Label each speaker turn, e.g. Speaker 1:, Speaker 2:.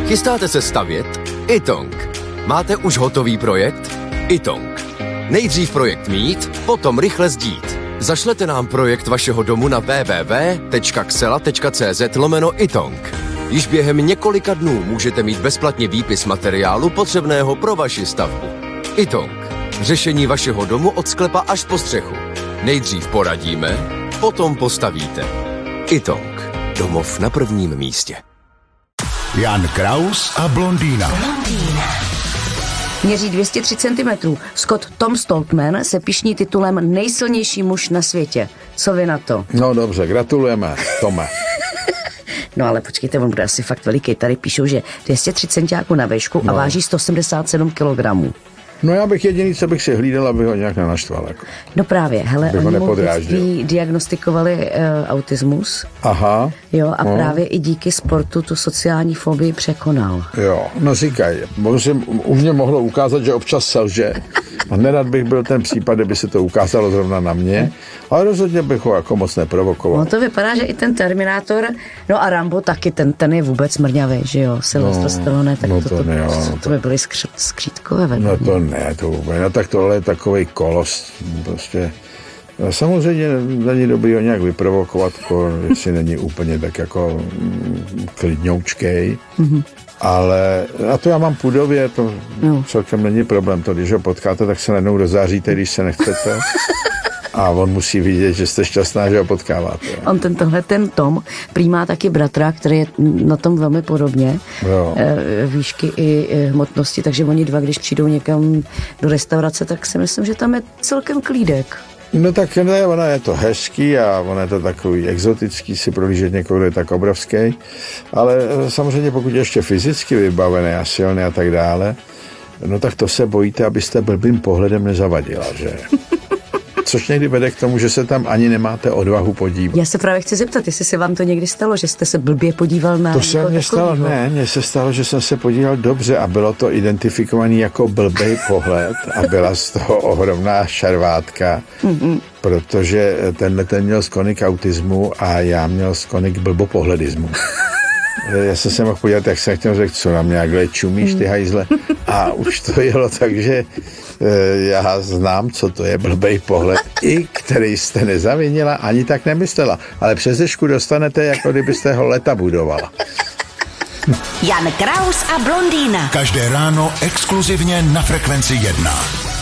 Speaker 1: Chystáte se stavět? iTong. Máte už hotový projekt? iTong. Nejdřív projekt mít, potom rychle sdít. Zašlete nám projekt vašeho domu na www.xela.cz/iTong. Již během několika dnů můžete mít bezplatně výpis materiálu potřebného pro vaši stavbu. iTong. Řešení vašeho domu od sklepa až po střechu. Nejdřív poradíme, potom postavíte. iTong. Domov na prvním místě.
Speaker 2: Jan Kraus a blondýna.
Speaker 3: Měří 203 cm. Scott Tom Stoltman se pyšní titulem nejsilnější muž na světě. Co vy na to?
Speaker 4: No dobře, gratulujeme, Tome.
Speaker 3: No ale počkejte, on bude asi fakt veliký. Tady píšou, že 230 centiáků na výšku a váží 177 kg.
Speaker 4: No já bych jediný, co bych si hlídal, aby ho nějak nenaštval. Jako.
Speaker 3: No právě, hele, oni mu diagnostikovali autismus.
Speaker 4: Aha.
Speaker 3: Jo, a právě i díky sportu tu sociální fobii překonal.
Speaker 4: Jo, no říkaj, už mě mohlo ukázat, že občas selže. A nerad bych byl ten případ, kdyby se to ukázalo zrovna na mě, ale rozhodně bych ho jako moc neprovokoval.
Speaker 3: No to vypadá, že i ten Terminátor, no a Rambo taky, ten je vůbec mrňavý, že jo, Sylvester Stallone, tak to by byly skřítkové vedle.
Speaker 4: No to ne, to vůbec, no tak tohle je takovej kolos, prostě. No, samozřejmě není dobrý ho nějak vyprovokovat, jestli není úplně tak jako klidňoučkej. Ale, a to já mám půdově, to celkem není problém, to když ho potkáte, tak se najednou rozáříte, když se nechcete. A on musí vidět, že jste šťastná, že ho potkáváte.
Speaker 3: On ten Tom prý má taky bratra, který je na tom velmi podobně. Výšky i hmotnosti, takže oni dva, když přijdou někam do restaurace, tak si myslím, že tam je celkem klídek.
Speaker 4: No tak ne, ono je to hezký a ono je to takový exotický si prohlížet někoho, kdo je tak obrovský, ale samozřejmě pokud je ještě fyzicky vybavený a silný a tak dále, no tak to se bojíte, abyste blbým pohledem nezavadila, že? Což někdy vede k tomu, že se tam ani nemáte odvahu podívat.
Speaker 3: Já se právě chci zeptat, jestli se vám to někdy stalo, že jste se blbě podíval na...
Speaker 4: To se mně stalo, ne, mně se stalo, že jsem se podíval dobře a bylo to identifikovaný jako blbej pohled a byla z toho ohromná šarvátka, protože ten měl sklony k autismu a já měl sklony k blbopohledismu. Já jsem se mohl podívat, jak jsem chtěl řekl, co na mě jakhle čumíš, ty hajzle. A už to jelo, takže já znám, co to je blbej pohled, i který jste nezavinila, ani tak nemyslela. Ale přes dešku dostanete, jako kdybyste ho leta budovala.
Speaker 5: Jan Kraus a blondýna.
Speaker 2: Každé ráno exkluzivně na Frekvenci 1.